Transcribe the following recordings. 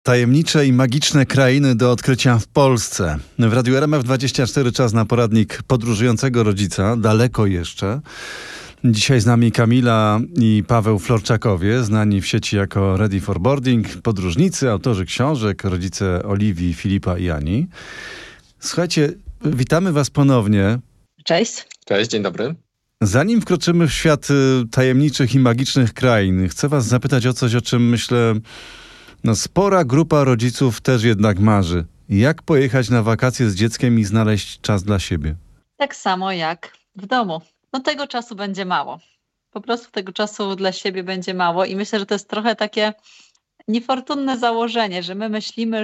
Tajemnicze i magiczne krainy do odkrycia w Polsce. W Radiu RMF24 czas na poradnik podróżującego rodzica, daleko jeszcze. Dzisiaj z nami Kamila i Paweł Florczakowie, znani w sieci jako Ready for Boarding, podróżnicy, autorzy książek, rodzice Oliwii, Filipa i Ani. Słuchajcie, witamy was ponownie. Cześć. Cześć, dzień dobry. Zanim wkroczymy w świat tajemniczych i magicznych krain, chcę was zapytać o coś, o czym myślę, spora grupa rodziców też jednak marzy. Jak pojechać na wakacje z dzieckiem i znaleźć czas dla siebie? Tak samo jak w domu. Tego czasu będzie mało. Po prostu tego czasu dla siebie będzie mało i myślę, że to jest trochę takie niefortunne założenie, że my myślimy,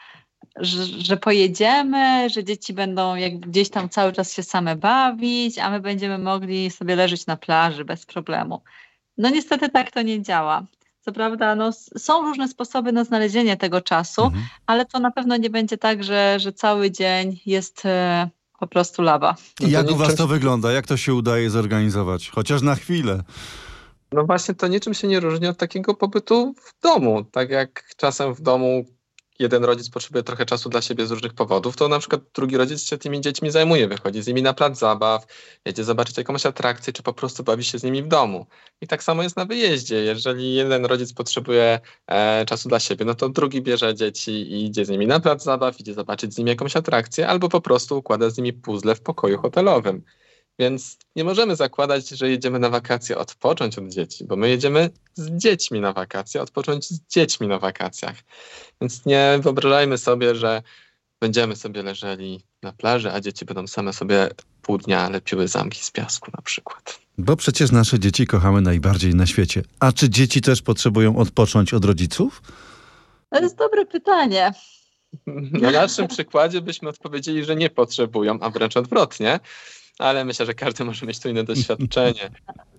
że pojedziemy, że dzieci będą gdzieś tam cały czas się same bawić, a my będziemy mogli sobie leżeć na plaży bez problemu. Niestety tak to nie działa. Co prawda są różne sposoby na znalezienie tego czasu, ale to na pewno nie będzie tak, że cały dzień jest po prostu lawa. I jak u was to wygląda? Jak to się udaje zorganizować? Chociaż na chwilę. No właśnie, to niczym się nie różni od takiego pobytu w domu. Tak jak czasem w domu jeden rodzic potrzebuje trochę czasu dla siebie z różnych powodów, to na przykład drugi rodzic się tymi dziećmi zajmuje, wychodzi z nimi na plac zabaw, jedzie zobaczyć jakąś atrakcję, czy po prostu bawi się z nimi w domu. I tak samo jest na wyjeździe. Jeżeli jeden rodzic potrzebuje czasu dla siebie, no to drugi bierze dzieci i idzie z nimi na plac zabaw, idzie zobaczyć z nimi jakąś atrakcję, albo po prostu układa z nimi puzzle w pokoju hotelowym. Więc nie możemy zakładać, że jedziemy na wakacje odpocząć od dzieci, bo my jedziemy z dziećmi na wakacje, odpocząć z dziećmi na wakacjach. Więc nie wyobrażajmy sobie, że będziemy sobie leżeli na plaży, a dzieci będą same sobie pół dnia lepiły zamki z piasku na przykład. Bo przecież nasze dzieci kochamy najbardziej na świecie. A czy dzieci też potrzebują odpocząć od rodziców? To jest dobre pytanie. Na naszym przykładzie byśmy odpowiedzieli, że nie potrzebują, a wręcz odwrotnie. Ale myślę, że każdy może mieć tu inne doświadczenie.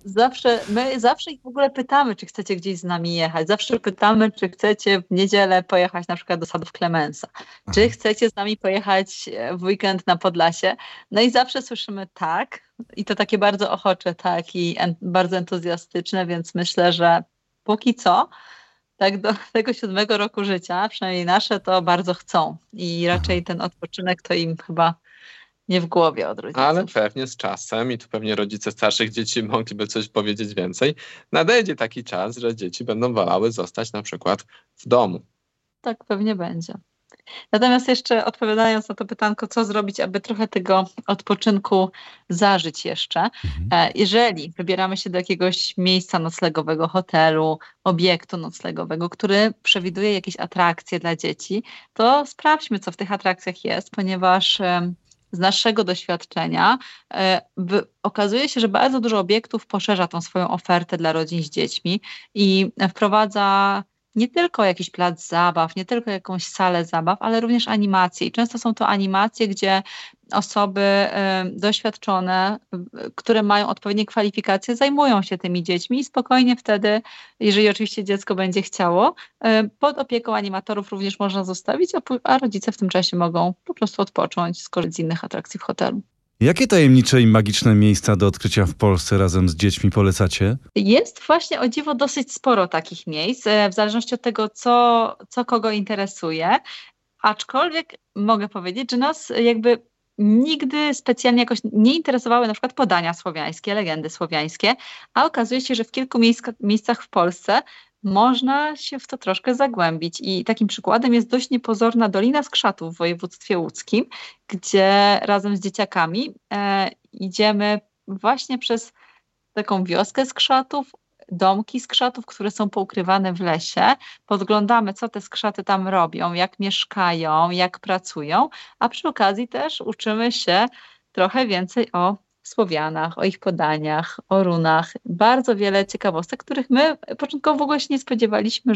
My zawsze ich w ogóle pytamy, czy chcecie gdzieś z nami jechać. Zawsze pytamy, czy chcecie w niedzielę pojechać na przykład do Sadów Klemensa. Czy chcecie z nami pojechać w weekend na Podlasie. I zawsze słyszymy tak. I to takie bardzo ochocze tak i bardzo entuzjastyczne, więc myślę, że póki co, tak do tego 7 roku życia, przynajmniej nasze, to bardzo chcą. I raczej ten odpoczynek to im chyba nie w głowie od rodziców. Ale pewnie z czasem, i tu pewnie rodzice starszych dzieci mogliby coś powiedzieć więcej, nadejdzie taki czas, że dzieci będą wolały zostać na przykład w domu. Tak pewnie będzie. Natomiast jeszcze odpowiadając na to pytanko, co zrobić, aby trochę tego odpoczynku zażyć jeszcze. Jeżeli wybieramy się do jakiegoś miejsca noclegowego, hotelu, obiektu noclegowego, który przewiduje jakieś atrakcje dla dzieci, to sprawdźmy, co w tych atrakcjach jest, ponieważ z naszego doświadczenia okazuje się, że bardzo dużo obiektów poszerza tą swoją ofertę dla rodzin z dziećmi i wprowadza nie tylko jakiś plac zabaw, nie tylko jakąś salę zabaw, ale również animacje. I często są to animacje, gdzie osoby doświadczone, które mają odpowiednie kwalifikacje, zajmują się tymi dziećmi i spokojnie wtedy, jeżeli oczywiście dziecko będzie chciało, pod opieką animatorów również można zostawić, a rodzice w tym czasie mogą po prostu odpocząć, skorzystać z innych atrakcji w hotelu. Jakie tajemnicze i magiczne miejsca do odkrycia w Polsce razem z dziećmi polecacie? Jest właśnie o dziwo dosyć sporo takich miejsc, w zależności od tego, co kogo interesuje. Aczkolwiek mogę powiedzieć, że nas nigdy specjalnie jakoś nie interesowały na przykład podania słowiańskie, legendy słowiańskie, a okazuje się, że w kilku miejscach w Polsce można się w to troszkę zagłębić. I takim przykładem jest dość niepozorna Dolina Skrzatów w województwie łódzkim, gdzie razem z dzieciakami idziemy właśnie przez taką wioskę skrzatów, domki skrzatów, które są poukrywane w lesie. Podglądamy, co te skrzaty tam robią, jak mieszkają, jak pracują, a przy okazji też uczymy się trochę więcej o Słowianach, o ich podaniach, o runach. Bardzo wiele ciekawostek, których my początkowo w ogóle się nie spodziewaliśmy,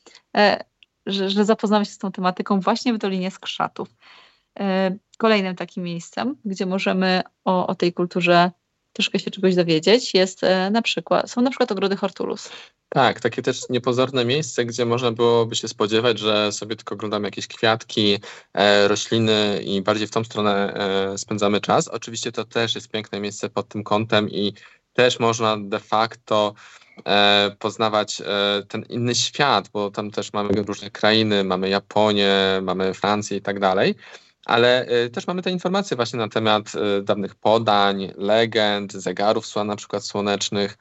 że zapoznamy się z tą tematyką właśnie w Dolinie Skrzatów. Kolejnym takim miejscem, gdzie możemy o tej kulturze troszkę się czegoś dowiedzieć, są na przykład ogrody Hortulus. Tak, takie też niepozorne miejsce, gdzie można byłoby się spodziewać, że sobie tylko oglądamy jakieś kwiatki, rośliny i bardziej w tą stronę spędzamy czas. Oczywiście to też jest piękne miejsce pod tym kątem i też można de facto poznawać ten inny świat, bo tam też mamy różne krainy, mamy Japonię, mamy Francję i tak dalej, ale też mamy te informacje właśnie na temat dawnych podań, legend, zegarów na przykład słonecznych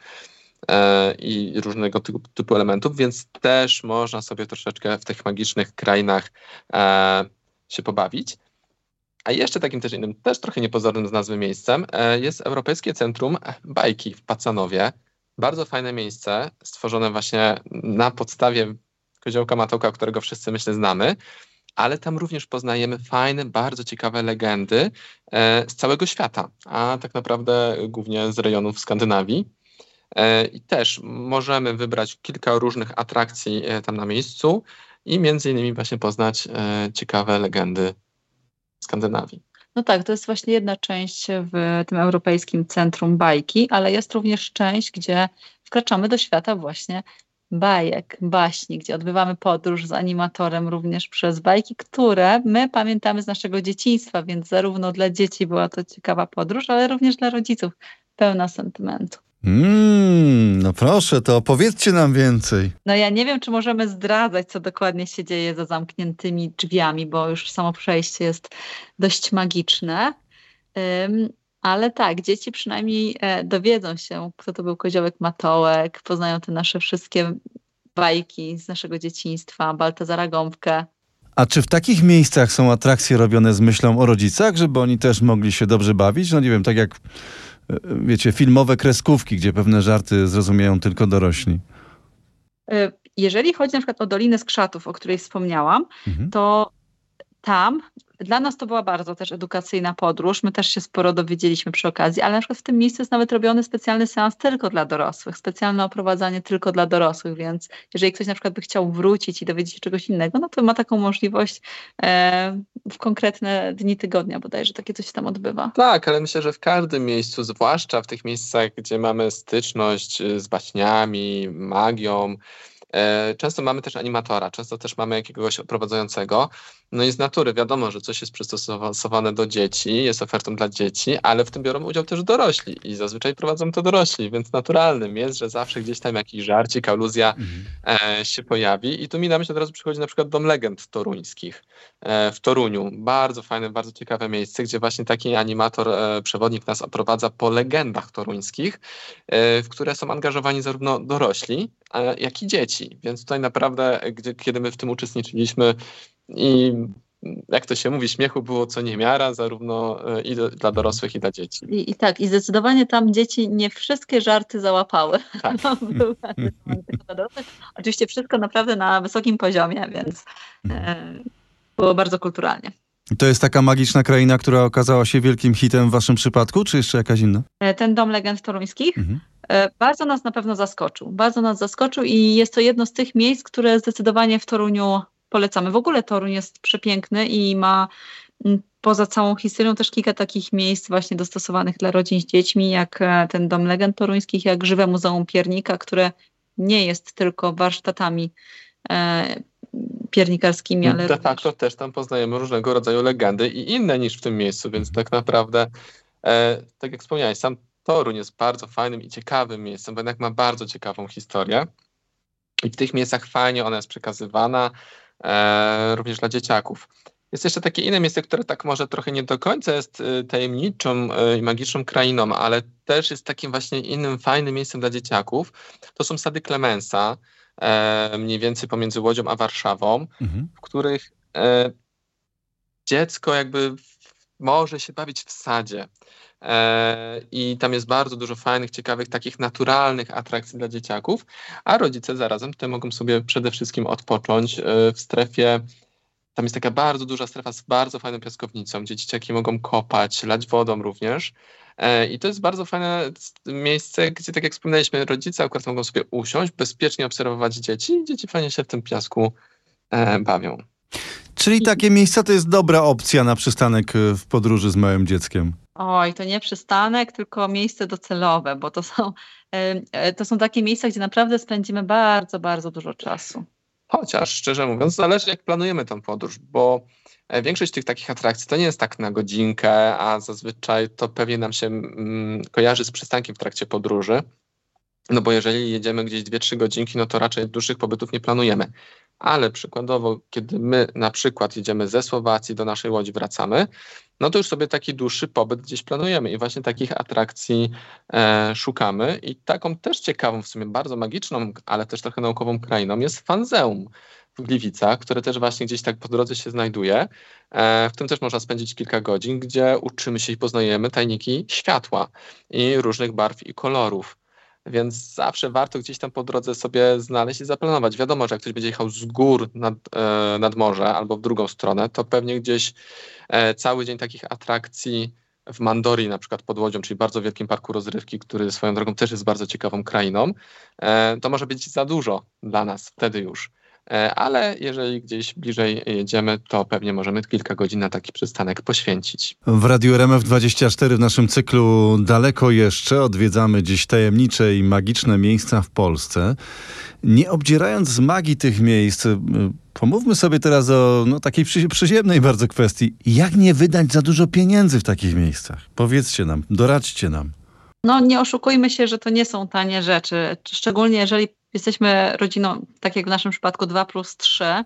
i różnego typu elementów, więc też można sobie troszeczkę w tych magicznych krainach się pobawić. A jeszcze takim też innym, też trochę niepozornym z nazwy miejscem jest Europejskie Centrum Bajki w Pacanowie. Bardzo fajne miejsce, stworzone właśnie na podstawie Koziołka Matołka, którego wszyscy myślę znamy, ale tam również poznajemy fajne, bardzo ciekawe legendy z całego świata, a tak naprawdę głównie z rejonów Skandynawii. I też możemy wybrać kilka różnych atrakcji tam na miejscu i między innymi właśnie poznać ciekawe legendy Skandynawii. No tak, to jest właśnie jedna część w tym Europejskim Centrum Bajki, ale jest również część, gdzie wkraczamy do świata właśnie bajek, baśni, gdzie odbywamy podróż z animatorem również przez bajki, które my pamiętamy z naszego dzieciństwa, więc zarówno dla dzieci była to ciekawa podróż, ale również dla rodziców pełna sentymentu. No proszę, to opowiedzcie nam więcej. No ja nie wiem, czy możemy zdradzać, co dokładnie się dzieje za zamkniętymi drzwiami, bo już samo przejście jest dość magiczne. Ale tak, dzieci przynajmniej dowiedzą się, kto to był Koziołek Matołek, poznają te nasze wszystkie bajki z naszego dzieciństwa, Baltazara Gąbkę. A czy w takich miejscach są atrakcje robione z myślą o rodzicach, żeby oni też mogli się dobrze bawić? No nie wiem, tak jak wiecie, filmowe kreskówki, gdzie pewne żarty zrozumieją tylko dorośli. Jeżeli chodzi na przykład o Dolinę Skrzatów, o której wspomniałam, to tam dla nas to była bardzo też edukacyjna podróż. My też się sporo dowiedzieliśmy przy okazji, ale na przykład w tym miejscu jest nawet robiony specjalny seans tylko dla dorosłych, specjalne oprowadzanie tylko dla dorosłych, więc jeżeli ktoś na przykład by chciał wrócić i dowiedzieć się czegoś innego, no to ma taką możliwość w konkretne dni tygodnia bodajże takie coś się tam odbywa. Tak, ale myślę, że w każdym miejscu, zwłaszcza w tych miejscach, gdzie mamy styczność z baśniami, magią, często mamy też animatora, często też mamy jakiegoś oprowadzającego. No i z natury wiadomo, że coś jest przystosowane do dzieci, jest ofertą dla dzieci, ale w tym biorą udział też dorośli i zazwyczaj prowadzą to dorośli, więc naturalnym jest, że zawsze gdzieś tam jakiś żarcik, aluzja się pojawi. I tu mi na myśl od razu przychodzi na przykład Dom Legend toruńskich w Toruniu. Bardzo fajne, bardzo ciekawe miejsce, gdzie właśnie taki animator, przewodnik nas oprowadza po legendach toruńskich, w które są angażowani zarówno dorośli, jak i dzieci. Więc tutaj naprawdę, kiedy my w tym uczestniczyliśmy i jak to się mówi, śmiechu było co niemiara, zarówno i dla dorosłych, i dla dzieci. I tak, i zdecydowanie tam dzieci nie wszystkie żarty załapały. Tak. Oczywiście wszystko naprawdę na wysokim poziomie, więc było bardzo kulturalnie. To jest taka magiczna kraina, która okazała się wielkim hitem w waszym przypadku, czy jeszcze jakaś inna? Ten Dom Legend toruńskich bardzo nas na pewno zaskoczył. Bardzo nas zaskoczył i jest to jedno z tych miejsc, które zdecydowanie w Toruniu polecamy. W ogóle Toruń jest przepiękny i ma poza całą historią też kilka takich miejsc właśnie dostosowanych dla rodzin z dziećmi, jak ten Dom Legend toruńskich, jak Żywe Muzeum Piernika, które nie jest tylko warsztatami piernikarskimi, ale de facto też tam poznajemy różnego rodzaju legendy i inne niż w tym miejscu, więc tak naprawdę, tak jak wspomniałeś, sam Toruń jest bardzo fajnym i ciekawym miejscem, bo jednak ma bardzo ciekawą historię i w tych miejscach fajnie ona jest przekazywana, również dla dzieciaków. Jest jeszcze takie inne miejsce, które tak może trochę nie do końca jest tajemniczą i magiczną krainą, ale też jest takim właśnie innym fajnym miejscem dla dzieciaków. To są Sady Klemensa, mniej więcej pomiędzy Łodzią a Warszawą, w których dziecko jakby może się bawić w sadzie. I tam jest bardzo dużo fajnych, ciekawych, takich naturalnych atrakcji dla dzieciaków, a rodzice zarazem tutaj mogą sobie przede wszystkim odpocząć w strefie. Tam jest taka bardzo duża strefa z bardzo fajną piaskownicą, gdzie dzieciaki mogą kopać, lać wodą również. I to jest bardzo fajne miejsce, gdzie, tak jak wspomnieliśmy, rodzice akurat mogą sobie usiąść, bezpiecznie obserwować dzieci i dzieci fajnie się w tym piasku bawią. Czyli takie miejsca to jest dobra opcja na przystanek w podróży z małym dzieckiem. Oj, to nie przystanek, tylko miejsce docelowe, bo to są takie miejsca, gdzie naprawdę spędzimy bardzo, bardzo dużo czasu. Chociaż szczerze mówiąc, zależy jak planujemy tę podróż, bo większość tych takich atrakcji to nie jest tak na godzinkę, a zazwyczaj to pewnie nam się kojarzy z przystankiem w trakcie podróży. No bo jeżeli jedziemy gdzieś 2-3 godzinki, no to raczej dłuższych pobytów nie planujemy. Ale przykładowo, kiedy my na przykład jedziemy ze Słowacji do naszej Łodzi, wracamy, no to już sobie taki dłuższy pobyt gdzieś planujemy i właśnie takich atrakcji szukamy. I taką też ciekawą, w sumie bardzo magiczną, ale też trochę naukową krainą jest Fanzeum w Gliwicach, które też właśnie gdzieś tak po drodze się znajduje, w którym też można spędzić kilka godzin, gdzie uczymy się i poznajemy tajniki światła i różnych barw i kolorów. Więc zawsze warto gdzieś tam po drodze sobie znaleźć i zaplanować. Wiadomo, że jak ktoś będzie jechał z gór nad morze albo w drugą stronę, to pewnie gdzieś cały dzień takich atrakcji w Mandorii, na przykład pod Łodzią, czyli bardzo wielkim parku rozrywki, który swoją drogą też jest bardzo ciekawą krainą, to może być za dużo dla nas wtedy już. Ale jeżeli gdzieś bliżej jedziemy, to pewnie możemy kilka godzin na taki przystanek poświęcić. W Radiu RMF24 w naszym cyklu Daleko jeszcze odwiedzamy dziś tajemnicze i magiczne miejsca w Polsce. Nie obdzierając z magii tych miejsc, pomówmy sobie teraz o takiej przyziemnej bardzo kwestii. Jak nie wydać za dużo pieniędzy w takich miejscach? Powiedzcie nam, doradźcie nam. No nie oszukujmy się, że to nie są tanie rzeczy, szczególnie jeżeli jesteśmy rodziną, tak jak w naszym przypadku 2+3.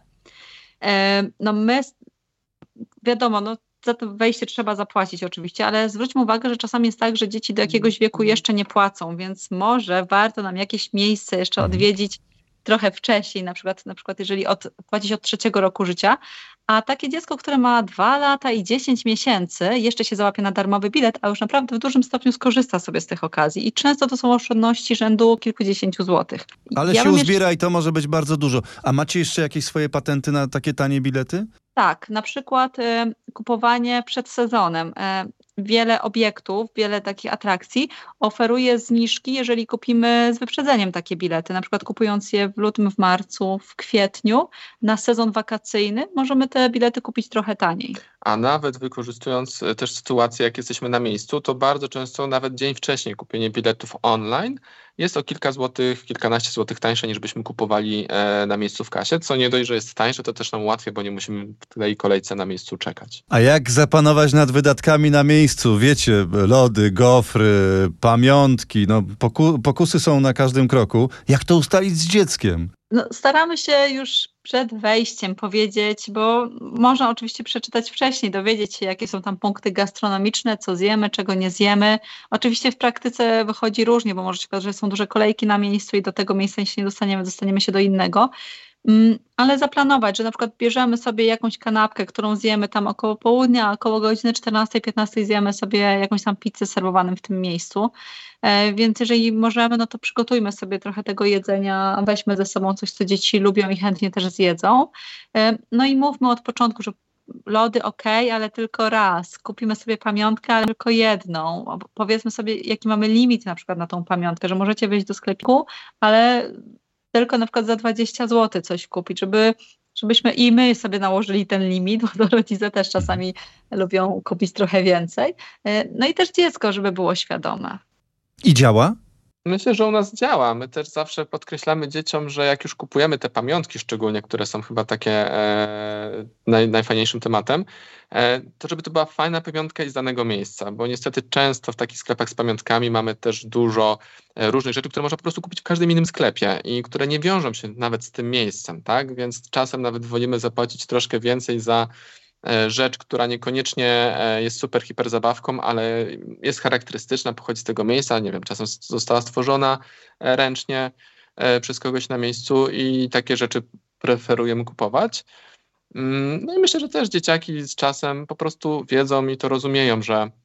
No my, wiadomo, za to wejście trzeba zapłacić oczywiście, ale zwróćmy uwagę, że czasami jest tak, że dzieci do jakiegoś wieku jeszcze nie płacą, więc może warto nam jakieś miejsce jeszcze odwiedzić trochę wcześniej, na przykład jeżeli płacić od 3 roku życia, a takie dziecko, które ma 2 lata i 10 miesięcy, jeszcze się załapie na darmowy bilet, a już naprawdę w dużym stopniu skorzysta sobie z tych okazji. I często to są oszczędności rzędu kilkudziesięciu złotych. Ale się uzbiera i to może być bardzo dużo. A macie jeszcze jakieś swoje patenty na takie tanie bilety? Tak, na przykład kupowanie przed sezonem. Wiele obiektów, wiele takich atrakcji oferuje zniżki, jeżeli kupimy z wyprzedzeniem takie bilety. Na przykład kupując je w lutym, w marcu, w kwietniu na sezon wakacyjny, możemy te bilety kupić trochę taniej. A nawet wykorzystując też sytuację, jak jesteśmy na miejscu, to bardzo często nawet dzień wcześniej kupienie biletów online jest o kilka złotych, kilkanaście złotych tańsze niż byśmy kupowali na miejscu w kasie. Co nie dość, że jest tańsze, to też nam łatwiej, bo nie musimy w tej kolejce na miejscu czekać. A jak zapanować nad wydatkami na miejscu? Wiecie, lody, gofry, pamiątki, pokusy są na każdym kroku. Jak to ustalić z dzieckiem? Staramy się już przed wejściem powiedzieć, bo można oczywiście przeczytać wcześniej, dowiedzieć się, jakie są tam punkty gastronomiczne, co zjemy, czego nie zjemy. Oczywiście w praktyce wychodzi różnie, bo może się okazać, że są duże kolejki na miejscu i do tego miejsca się nie dostaniemy się do innego. Ale zaplanować, że na przykład bierzemy sobie jakąś kanapkę, którą zjemy tam około południa, a około godziny 14-15 zjemy sobie jakąś tam pizzę serwowaną w tym miejscu. Więc jeżeli możemy, to przygotujmy sobie trochę tego jedzenia, weźmy ze sobą coś, co dzieci lubią i chętnie też zjedzą. I mówmy od początku, że lody ale tylko raz. Kupimy sobie pamiątkę, ale tylko jedną. Powiedzmy sobie, jaki mamy limit na przykład na tą pamiątkę, że możecie wejść do sklepiku, ale tylko na przykład za 20 zł coś kupić, żebyśmy i my sobie nałożyli ten limit, bo to rodzice też czasami lubią kupić trochę więcej. I też dziecko, żeby było świadome. I działa? Myślę, że u nas działa. My też zawsze podkreślamy dzieciom, że jak już kupujemy te pamiątki szczególnie, które są chyba takie najfajniejszym tematem, to żeby to była fajna pamiątka i z danego miejsca, bo niestety często w takich sklepach z pamiątkami mamy też dużo różnych rzeczy, które można po prostu kupić w każdym innym sklepie i które nie wiążą się nawet z tym miejscem, tak? Więc czasem nawet wolimy zapłacić troszkę więcej za rzecz, która niekoniecznie jest super, hiper zabawką, ale jest charakterystyczna, pochodzi z tego miejsca, nie wiem, czasem została stworzona ręcznie przez kogoś na miejscu i takie rzeczy preferujemy kupować. I myślę, że też dzieciaki z czasem po prostu wiedzą i to rozumieją,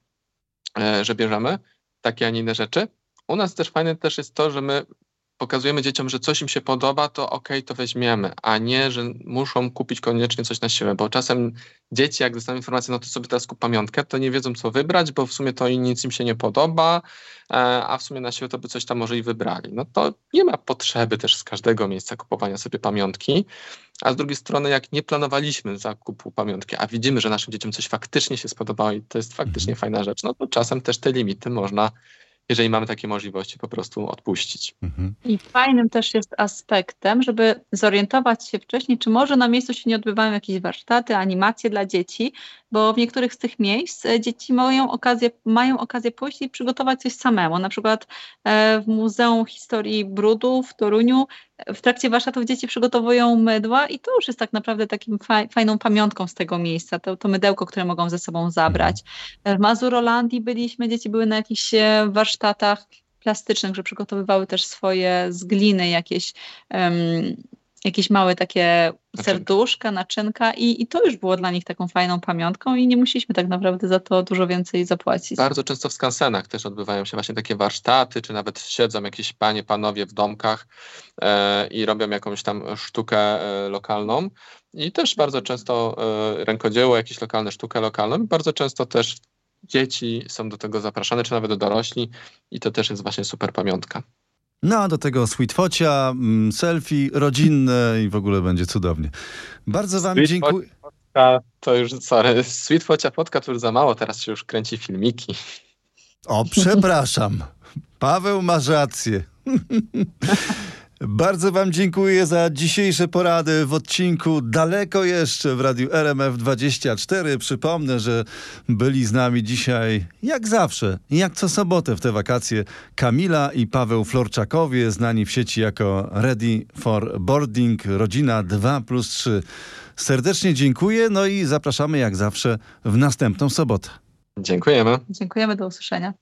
że bierzemy takie, a nie inne rzeczy. U nas też fajne też jest to, że my pokazujemy dzieciom, że coś im się podoba, to okej, to weźmiemy, a nie, że muszą kupić koniecznie coś na siłę, bo czasem dzieci, jak dostaną informację, to sobie teraz kup pamiątkę, to nie wiedzą, co wybrać, bo w sumie to nic im się nie podoba, a w sumie na siłę to by coś tam może i wybrali. To nie ma potrzeby też z każdego miejsca kupowania sobie pamiątki, a z drugiej strony, jak nie planowaliśmy zakupu pamiątki, a widzimy, że naszym dzieciom coś faktycznie się spodobało i to jest faktycznie fajna rzecz, to czasem też te limity można jeżeli mamy takie możliwości, po prostu odpuścić. I fajnym też jest aspektem, żeby zorientować się wcześniej, czy może na miejscu się nie odbywają jakieś warsztaty, animacje dla dzieci, bo w niektórych z tych miejsc dzieci mają okazję pójść i przygotować coś samemu. Na przykład w Muzeum Historii Brudu w Toruniu w trakcie warsztatów dzieci przygotowują mydła i to już jest tak naprawdę takim fajną pamiątką z tego miejsca, to mydełko, które mogą ze sobą zabrać. W Mazurolandii byliśmy, dzieci były na jakichś warsztatach plastycznych, że przygotowywały też swoje z gliny jakieś małe takie serduszka, naczynka i to już było dla nich taką fajną pamiątką i nie musieliśmy tak naprawdę za to dużo więcej zapłacić. Bardzo często w skansenach też odbywają się właśnie takie warsztaty, czy nawet siedzą jakieś panie, panowie w domkach i robią jakąś tam sztukę lokalną i też bardzo często rękodzieło, jakieś lokalne sztukę lokalną i bardzo często też dzieci są do tego zapraszane, czy nawet dorośli i to też jest właśnie super pamiątka. No a do tego sweet focia, selfie rodzinne i w ogóle będzie cudownie. Bardzo wam dziękuję. To już, sorry, sweet focia fotka to już za mało, teraz się już kręci filmiki. O, przepraszam. Paweł, masz rację. Bardzo wam dziękuję za dzisiejsze porady w odcinku Daleko jeszcze w Radiu RMF24. Przypomnę, że byli z nami dzisiaj, jak zawsze, jak co sobotę w te wakacje, Kamila i Paweł Florczakowie, znani w sieci jako Ready for Boarding, rodzina 2+3. Serdecznie dziękuję, no i zapraszamy jak zawsze w następną sobotę. Dziękujemy. Dziękujemy, do usłyszenia.